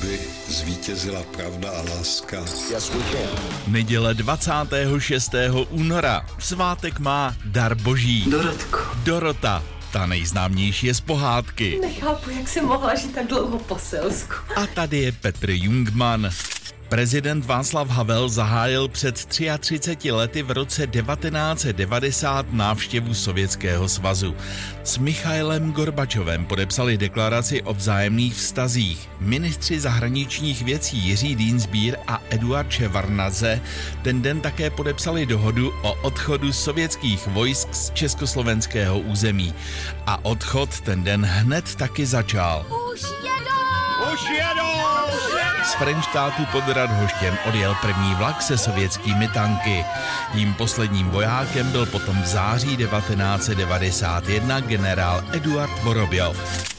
aby zvítězila pravda a láska. Neděle 26. února. Svátek má dar boží. Dorota. Ta nejznámější je z pohádky. Nechápu, jak jsem mohla žít tak dlouho po selsku. A tady je Petr Jungmann. Prezident Václav Havel zahájil před 33 lety v roce 1990 návštěvu Sovětského svazu. S Michailem Gorbačovem podepsali deklaraci o vzájemných vztazích. Ministři zahraničních věcí Jiří Dienstbier a Eduard Ševardnadze ten den také podepsali dohodu o odchodu sovětských vojsk z československého území. A odchod ten den hned taky začal. Už jedou! Z Frenštátu pod Radhoštěm odjel první vlak se sovětskými tanky. Tím posledním vojákem byl potom v září 1991 generál Eduard Vorobjov.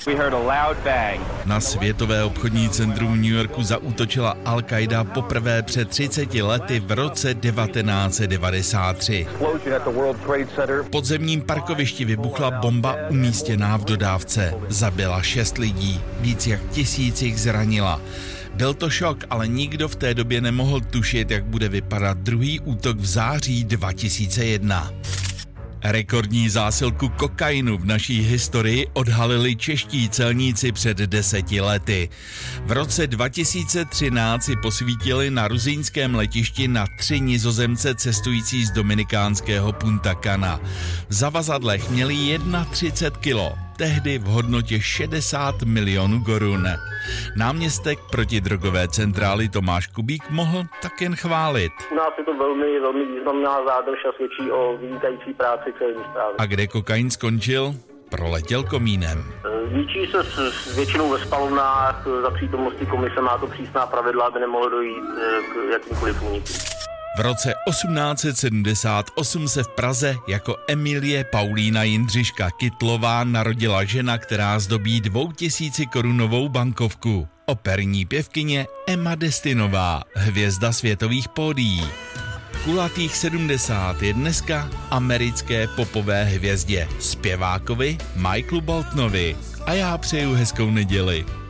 Na Světové obchodní centrum v New Yorku zaútočila Al-Qaida poprvé před 30 lety v roce 1993. V podzemním parkovišti vybuchla bomba umístěná v dodávce. Zabila 6 lidí, víc jak 1000 jich zranila. Byl to šok, ale nikdo v té době nemohl tušit, jak bude vypadat druhý útok v září 2001. Rekordní zásilku kokainu v naší historii odhalili čeští celníci před 10 lety. V roce 2013 si posvítili na ruzínském letišti na 3 Nizozemce cestující z dominikánského Punta Cana. V zavazadlech měli 31 kilo. Tehdy v hodnotě 60 milionů korun. Náměstek protidrogové centrály Tomáš Kubík mohl tak jen chválit. U nás je to velmi významná zádrž a svědčí o vynikající práci celní správy. A kde kokain skončil? Proletěl komínem. Zničí se většinou ve spalovnách, za přítomnosti komise má to přísná pravidla, aby nemohlo dojít k jakýmkoliv únikům. V roce 1878 se v Praze jako Emilie Paulína Jindřiška Kytlová narodila žena, která zdobí 2000korunovou bankovku. Operní pěvkyně Emma Destinová, hvězda světových pódií. Kulatých 70 je dneska americké popové hvězdě zpěvákovi Michaelu Boltonovi. A já přeju hezkou neděli.